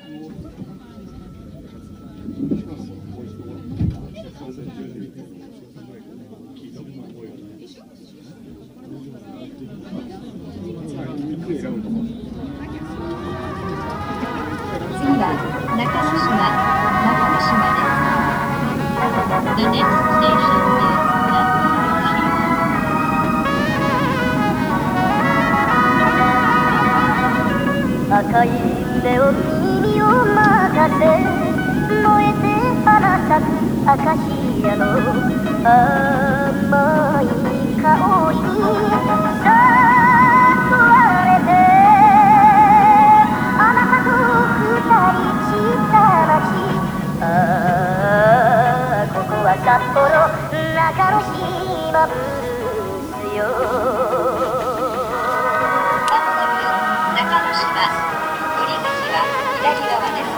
次は中之島です。The next station is Nakanoshima. 赤い目を君を任せ燃えて花咲くアカシアの甘い香りに誘われてあなたと二人散った街ここは札幌中之島ブルースよ中之島降り口は左側です。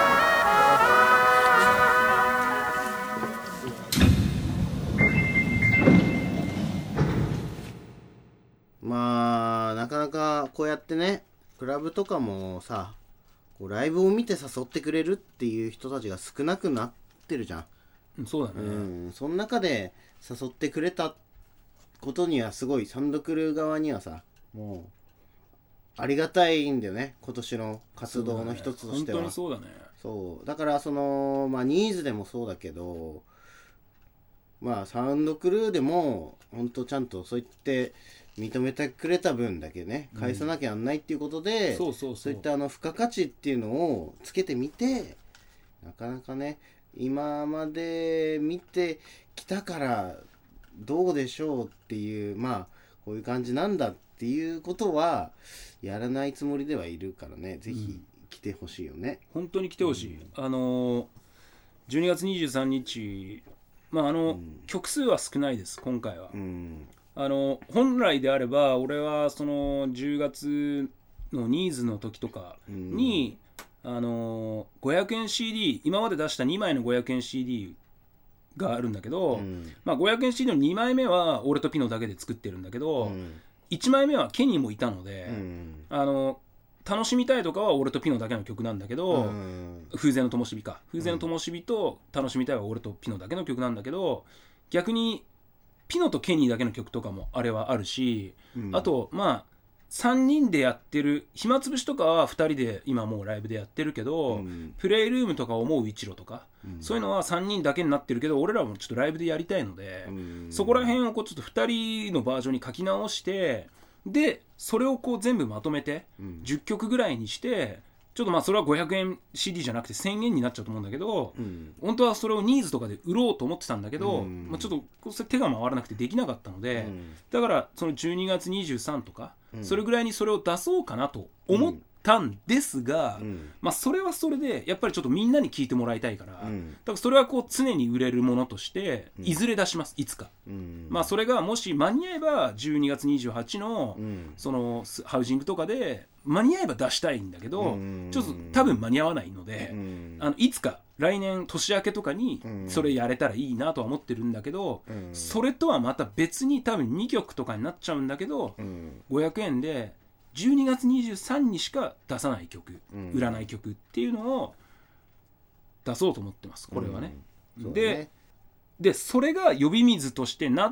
まあなかなかこうやってねクラブとかもさこうライブを見て誘ってくれるっていう人たちが少なくなってるじゃん。 そうだね。 その中で誘ってくれたことにはすごいサンドクルー側にはさもうありがたいんだよね今年の活動の一つとしては。 本当にそうだね。 そうだからそのまあニーズでもそうだけどまあサウンドクルーでも本当ちゃんとそう言って認めてくれた分だけね返さなきゃなんないっていうことで、そういった付加価値っていうのをつけてみてなかなかね今まで見てきたからどうでしょうっていうまあこういう感じなんだっていうことはやらないつもりではいるからねぜひ来てほしいよね。 本当に来てほしい。12月23日まあ曲数は少ないです今回は。本来であれば俺はその10月のニーズの時とかに、500円 CD 今まで出した2枚の500円 CD があるんだけど、まあ、500円 CD の2枚目は俺とピノだけで作ってるんだけど、1枚目はケニーもいたので、楽しみたいとかは俺とピノだけの曲なんだけど、風前の灯火か風前の灯火と楽しみたいは俺とピノだけの曲なんだけど逆にピノとケニーだけの曲とかもあれはあるし、あとまあ3人でやってる暇つぶしとかは2人で今もうライブでやってるけど、プレイルームとか思う一路とか、そういうのは3人だけになってるけど俺らもちょっとライブでやりたいので、そこら辺をこうちょっと2人のバージョンに書き直してでそれをこう全部まとめて10曲ぐらいにしてちょっとまあそれは500円 CD じゃなくて1000円になっちゃうと思うんだけど、本当はそれをニーズとかで売ろうと思ってたんだけど、まあ、ちょっと手が回らなくてできなかったので、だからその12月23とか、それぐらいにそれを出そうかなと思ったんですが、まあ、それはそれでやっぱりちょっとみんなに聞いてもらいたいから、だからそれはこう常に売れるものとしていずれ出しますいつか、まあそれがもし間に合えば12月28のそのハウジングとかで間に合えば出したいんだけど、ちょっと多分間に合わないので、いつか来年年明けとかにそれやれたらいいなとは思ってるんだけど、それとはまた別に多分2曲とかになっちゃうんだけど、500円で12月23にしか出さない曲、売らない曲っていうのを出そうと思ってますこれはね。でそれが呼び水としてなって、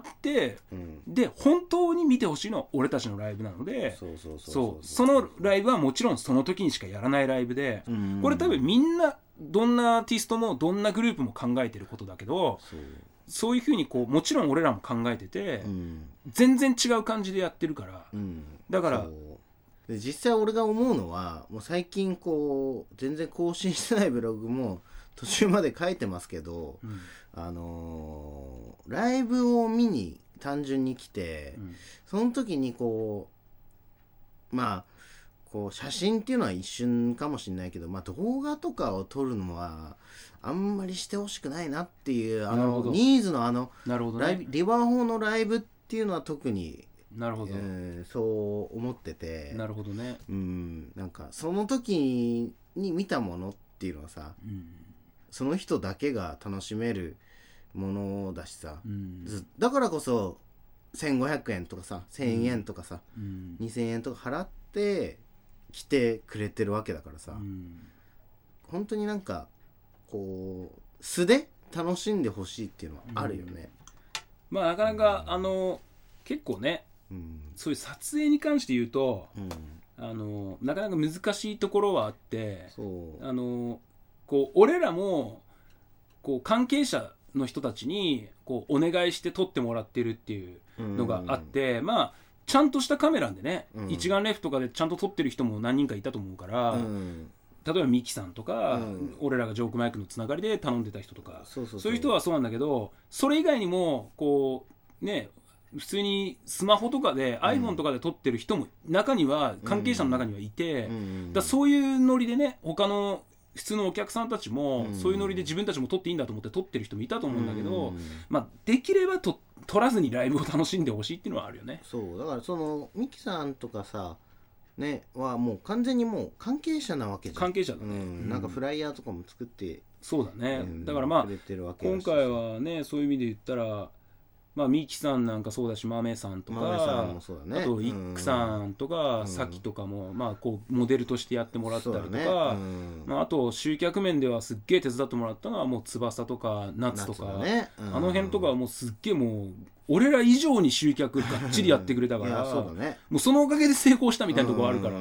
で本当に見てほしいのは俺たちのライブなので、そのライブはもちろんその時にしかやらないライブで、これ多分みんなどんなアーティストもどんなグループも考えてることだけど、そういうふうにこうもちろん俺らも考えてて、全然違う感じでやってるから、だからで実際俺が思うのはもう最近こう全然更新してないブログも途中まで書いてますけど、ライブを見に単純に来て、その時にこうまあこう写真っていうのは一瞬かもしれないけど、まあ、動画とかを撮るのはあんまりしてほしくないなっていうニーズのリバーホーのライブっていうのは特にそう思ってて、 なるほどね、 なんかその時に見たものっていうのはさ、その人だけが楽しめるものだしさ、だからこそ1500円とかさ1000円とかさ、2000円とか払って来てくれてるわけだからさ、 本当になんかこう素で楽しんでほしいっていうのはあるよね、 まあなかなか結構ね、そういう撮影に関して言うと、なかなか難しいところはあって、こう俺らもこう関係者の人たちにこうお願いして撮ってもらってるっていうのがあって、まあちゃんとしたカメラでね、一眼レフとかでちゃんと撮ってる人も何人かいたと思うから、例えばミキさんとか、俺らがジョークマイクのつながりで頼んでた人とか、そういう人はそうなんだけど、それ以外にもこうね、普通にスマホとかで、iPhone とかで撮ってる人も中には、関係者の中にはいて、だそういうノリでね、他の普通のお客さんたちも、そういうノリで自分たちも撮っていいんだと思って撮ってる人もいたと思うんだけど、まあできれば撮らずにライブを楽しんでほしいっていうのはあるよね。 そうだからそのミキさんとかさねはもう完全にもう関係者なわけじゃん。 関係者だね、 なんかフライヤーとかも作ってそうだね、だからまあ今回はねそういう意味で言ったら、まあミキさんなんかそうだし、マメさんとか、 もそうだね、 あとイックさんとか、サキとかもまあこうモデルとしてやってもらったりとか、まあ、あと集客面ではすっげえ手伝ってもらったのはもう翼とか夏とか、あの辺とかはもうすっげえもう俺ら以上に集客がっちりやってくれたからもうそのおかげで成功したみたいなところあるから、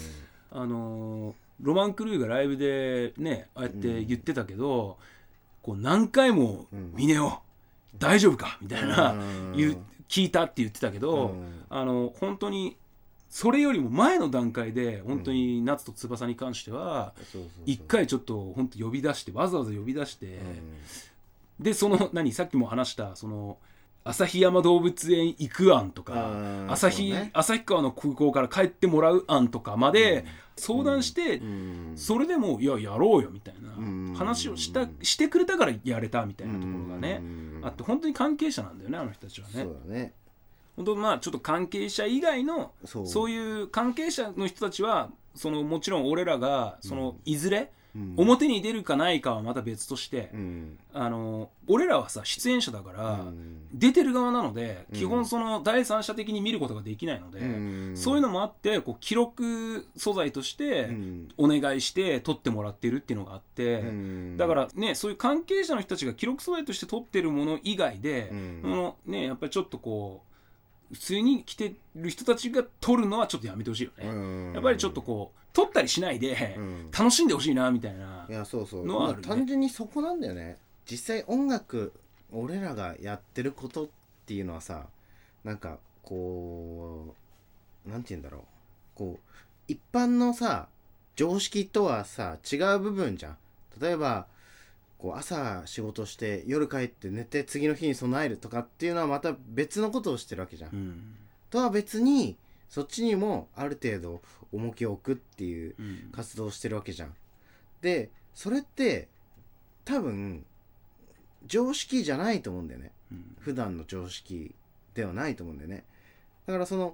ロマンクルーがライブでねああやって言ってたけど、こう何回も峰夫大丈夫かみたいな聞いたって言ってたけど、本当にそれよりも前の段階で本当に夏と翼に関しては一回ちょっと本当呼び出して、わざわざ呼び出して、でそのさっきも話したその旭山動物園行く案とか、旭川の空港から帰ってもらう案とかまで相談して、それでもいややろうよみたいな話をしてくれたからやれたみたいなところがねあって、本当に関係者なんだよね、あの人たちはね。 そうだね。 本当まあちょっと関係者以外のそういう関係者の人たちはもちろん俺らがいずれ表に出るかないかはまた別として、俺らはさ出演者だから、出てる側なので基本第三者的に見ることができないので、そういうのもあってこう記録素材としてお願いして撮ってもらってるっていうのがあって、だからねそういう関係者の人たちが記録素材として撮ってるもの以外で、やっぱりちょっとこう普通に来てる人たちが撮るのはちょっとやめてほしいよね。やっぱりちょっとこう撮ったりしないで楽しんでほしいなみたいなのはあるね。 単純にそこなんだよね。実際音楽俺らがやってることっていうのはさ、なんかこうなんて言うんだろう、こう一般のさ常識とはさ違う部分じゃん。例えばこう朝仕事して夜帰って寝て次の日に備えるとかっていうのはまた別のことをしてるわけじゃん、とは別にそっちにもある程度重きを置くっていう活動をしてるわけじゃん、でそれって多分常識じゃないと思うんだよね、普段の常識ではないと思うんだよね。だからその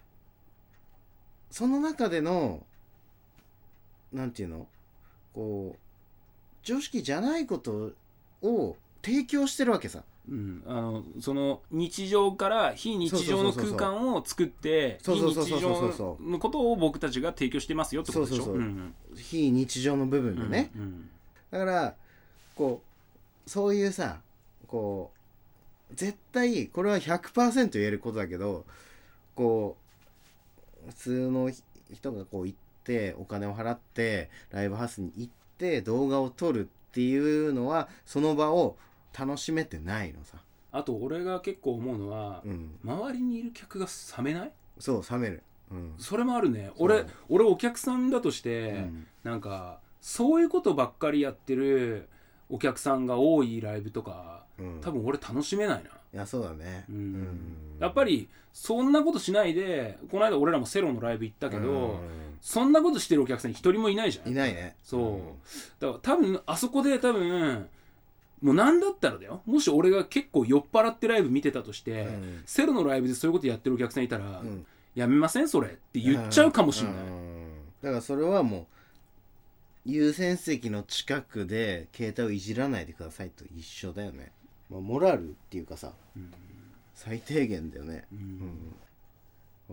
中でのなんていうのこう常識じゃないことを提供してるわけさ、 その日常から非日常の空間を作って非日常のことを僕たちが提供してますよってことでしょ。 非日常の部分でね、だからこうそういうさこう絶対これは 100% 言えることだけど、こう普通の人がこう行ってお金を払ってライブハウスに行って動画を撮るっていうのはその場を楽しめてないのさ。 あと俺が結構思うのは、周りにいる客が冷めない？ そう冷める、 それもあるね。俺お客さんだとして、なんかそういうことばっかりやってるお客さんが多いライブとか、多分俺楽しめないな。 いやそうだね、 やっぱりそんなことしないで、この間俺らもセロのライブ行ったけど、そんなことしてるお客さん一人もいないじゃん。 いないね。 そうだから多分あそこでもうなんだったらだよ、もし俺が結構酔っ払ってライブ見てたとして、セロのライブでそういうことやってるお客さんいたら、やめませんそれって言っちゃうかもしれない、 だからそれはもう優先席の近くで携帯をいじらないでくださいと一緒だよね。モラルっていうかさ、最低限だよね、だからね、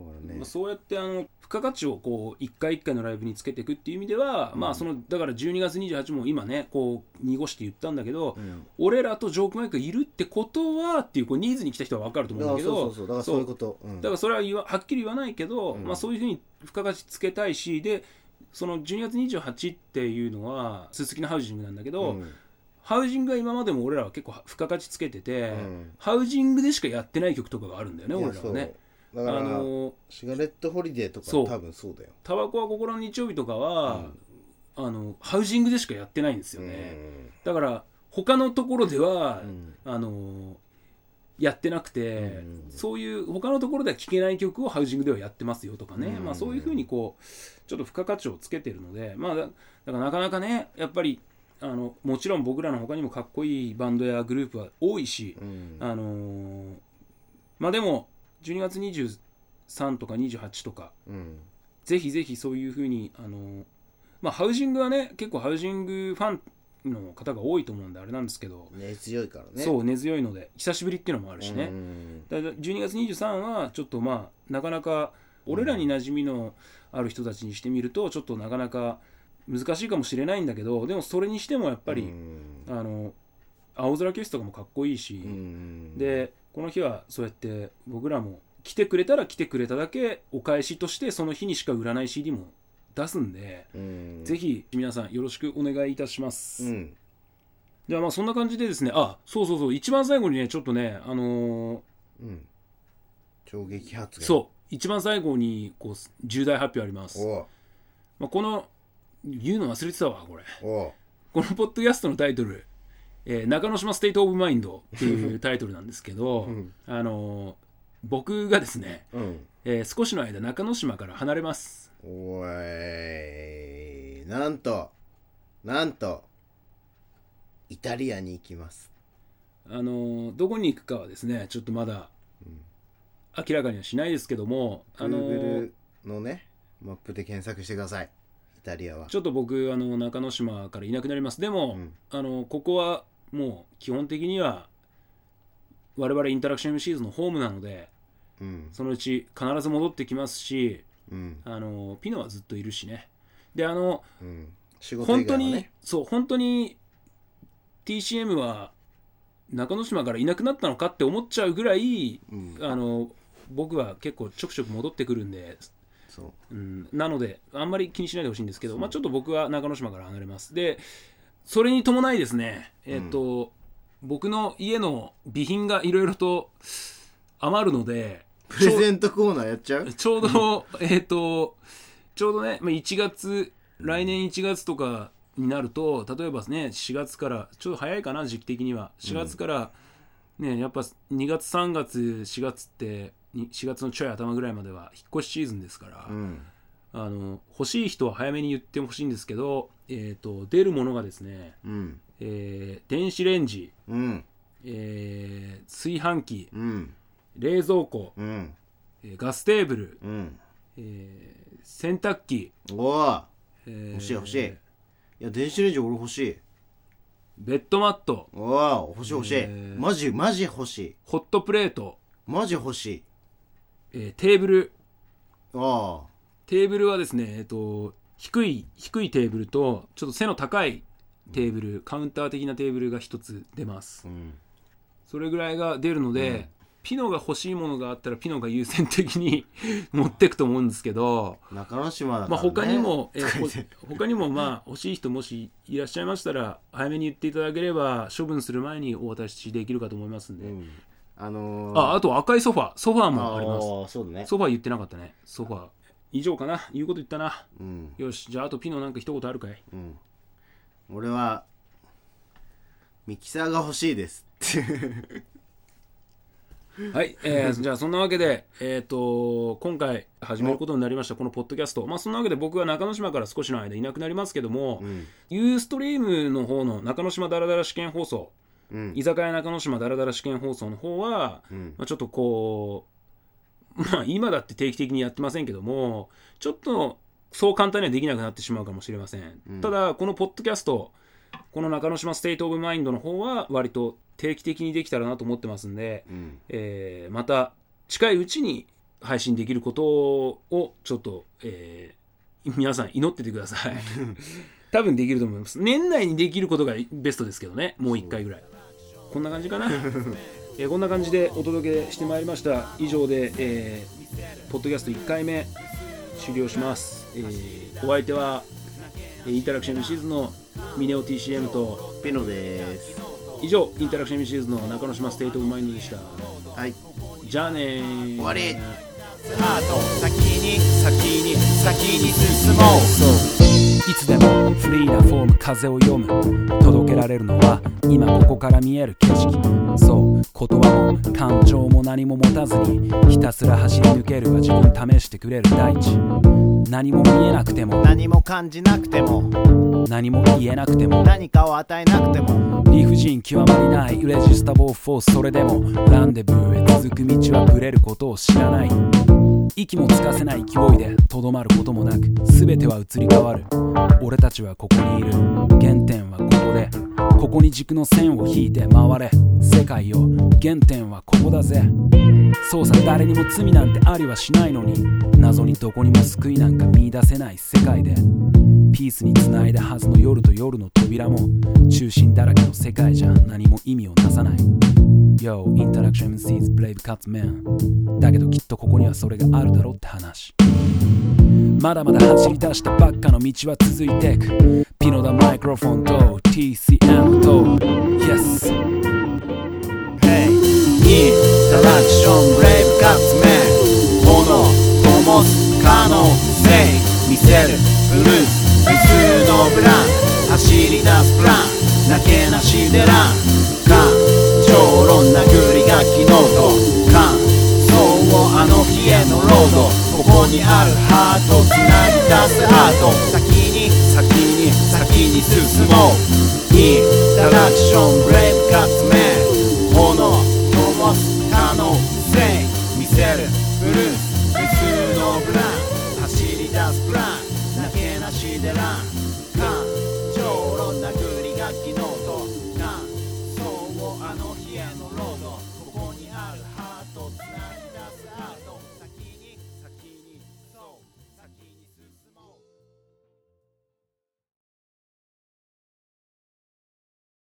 そうやって付加価値をこう一回一回のライブにつけていくっていう意味では、まあだから12月28も今ねこう濁して言ったんだけど、俺らとジョークマイクがいるってことはっていうこうニーズに来た人は分かると思うんだけど、 だからそういうこと、 だからそれははっきり言わないけど、まあそういうふうに付加価値つけたいし、でその12月28っていうのはすすきのハウジングなんだけど、ハウジングは今までも俺らは結構付加価値つけてて、ハウジングでしかやってない曲とかがあるんだよね、俺らはね。 だからシガレットホリデーとか多分そうだよ。 タバコは心の日曜日とかは、ハウジングでしかやってないんですよね。だから他のところでは、やってなくて、そういう他のところでは聴けない曲をハウジングではやってますよとかね、まあそういうふうにこうちょっと付加価値をつけてるので、まあだからなかなかねやっぱりもちろん僕らの他にもかっこいいバンドやグループは多いし、まあでも12月23とか28とか、ぜひぜひそういうふうにまあハウジングはね結構ハウジングファンの方が多いと思うんであれなんですけど、 根強いからね。 そう根強いので久しぶりっていうのもあるしね。だから12月23はちょっとまあなかなか俺らに馴染みのある人たちにしてみるとちょっとなかなか難しいかもしれないんだけど、でもそれにしてもやっぱり青空教室とかもかっこいいし、でこの日はそうやって僕らも来てくれたら来てくれただけお返しとしてその日にしか売らない CD も出すんで、ぜひ皆さんよろしくお願いいたします。じゃあまあそんな感じでですね、そう一番最後にねちょっとね衝撃発言。 そう一番最後にこう重大発表あります。まあ、この言うの忘れてたわこれ。このポッドキャストのタイトル、中之島ステイトオブマインドっていうタイトルなんですけど、僕がですね、少しの間中之島から離れます。 なんとイタリアに行きます。 どこに行くかはですねちょっとまだ明らかにはしないですけども、 Google のねマップで検索してください。イタリアはちょっと僕中之島からいなくなります。でも、ここはもう基本的には我々インタラクション MCs のホームなので、そのうち必ず戻ってきますし、ピノはずっといるしね。で仕事以外はね、 本当に TCM は中之島からいなくなったのかって思っちゃうぐらい、僕は結構ちょくちょく戻ってくるんで、なのであんまり気にしないでほしいんですけど、ちょっと僕は中之島から離れます。でそれに伴いですね、僕の家の備品がいろいろと余るのでプレゼントコーナーやっちゃう。 ちょうどちょうどね1月来年1月とかになると、例えばね4月からちょっと早いかな時期的には4月からね、やっぱ2月3月4月って4月のちょい頭ぐらいまでは引っ越しシーズンですから、欲しい人は早めに言ってほしいんですけど、出るものがですね、電子レンジ、炊飯器、冷蔵庫、ガステーブル、洗濯機、 欲しいいや電子レンジ俺欲しい。 ベッドマット、 欲しい、マジ欲しい。 ホットプレート、 マジ欲しい。 テーブル、テーブルはですね、低いテーブルとちょっと背の高いテーブル、カウンター的なテーブルが一つ出ます、それぐらいが出るので、ピノが欲しいものがあったらピノが優先的に持っていくと思うんですけど、 中之島だからね、 他にも、欲しい人もしいらっしゃいましたら早めに言っていただければ処分する前にお渡しできるかと思いますんで、あと赤いソファーもあります。 そうだね、 ソファー言ってなかったね。ソファー以上かな、言うこと言ったな、よし、じゃああとピノなんか一言あるかい。 俺はミキサーが欲しいですはい、じゃあそんなわけで、今回始めることになりましたこのポッドキャスト。そんなわけで僕は中之島から少しの間いなくなりますけども、ユーストリームの方の中之島ダラダラ試験放送、居酒屋中之島ダラダラ試験放送の方は、ちょっとこう今だって定期的にやってませんけども、ちょっとそう簡単にはできなくなってしまうかもしれません、ただこのポッドキャスト、この中之島ステイトオブマインドの方は割と定期的にできたらなと思ってますんで、また近いうちに配信できることをちょっと、皆さん祈っててください多分できると思います。年内にできることがベストですけどね。もう1回ぐらいこんな感じかなこんな感じでお届けしてまいりました。以上で、ポッドキャスト1回目終了します。お相手はインタラクション MCs のミネオ TCM とペノです。 以上インタラクション MCs の中之島ステートオブマインドでした。 はい、 じゃあねー、 終わり。 先に進もう。 いつでもフリーなフォーム風を読む。届けられるのは今ここから見える景色。そう言葉も感情も何も持たずにひたすら走り抜けるが自分試してくれる大地。何も見えなくても何も感じなくても何も言えなくても何かを与えなくても理不尽極まりないイレジスタボーフォース。それでもランデブーへ続く道はぶれることを知らない。息もつかせない勢いでとどまることもなく全ては移り変わる。俺たちはここにいる。原点はここでここに軸の線を引いて回れ世界よ。原点はここだぜ。そうさ誰にも罪なんてありはしないのに謎にどこにも救いなんか見出せない世界でピースに繋いだはずの夜と夜の扉も中心だらけの世界じゃ何も意味をなさない。Yo, Interaction MCs Brave Cats Man。 だけどきっとここにはそれがあるだろうって話。まだまだ走り出したばっかの道は続いていく。ピノダマイクロフォンと TCM と Yes Hey Interaction Brave Cats Man。 炎灯す可能性見せるブルース無数のブラン走り出すプランなけなしでラン感情論殴り書きノート感想をあの日へのロードここにあるハートつなぎ出すアート先に進もうインタラクションブレイブカッツメン炎灯す可能性見せるブルース無数のブラン走り出すプランなけなしでラン